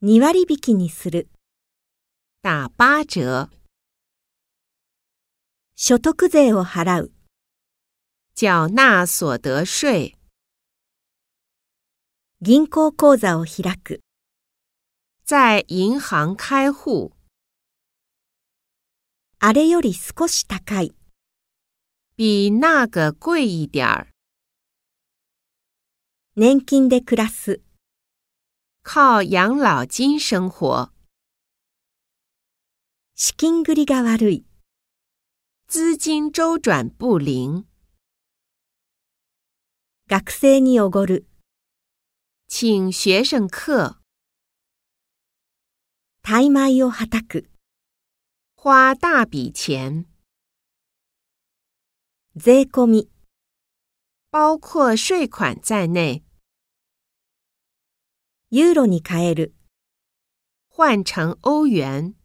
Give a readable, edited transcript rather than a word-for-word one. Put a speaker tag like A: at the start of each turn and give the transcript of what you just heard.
A: 2割引きにする。
B: 打8折。
A: 所得税を払う。
B: 缴纳所得税。
A: 銀行口座を開く。
B: 在銀行開户。
A: あれより少し高い。
B: 比那个贵一点儿。
A: 年金で暮らす。
B: 靠養老金生活。
A: 資金繰りが悪い。
B: 資金周轉不靈。
A: 学生におごる。
B: 請學生客。
A: 怠米をはたく。
B: 花大筆錢。
A: 税込み。
B: 包括稅款在內。
A: ユーロに変える。
B: 換成歐元。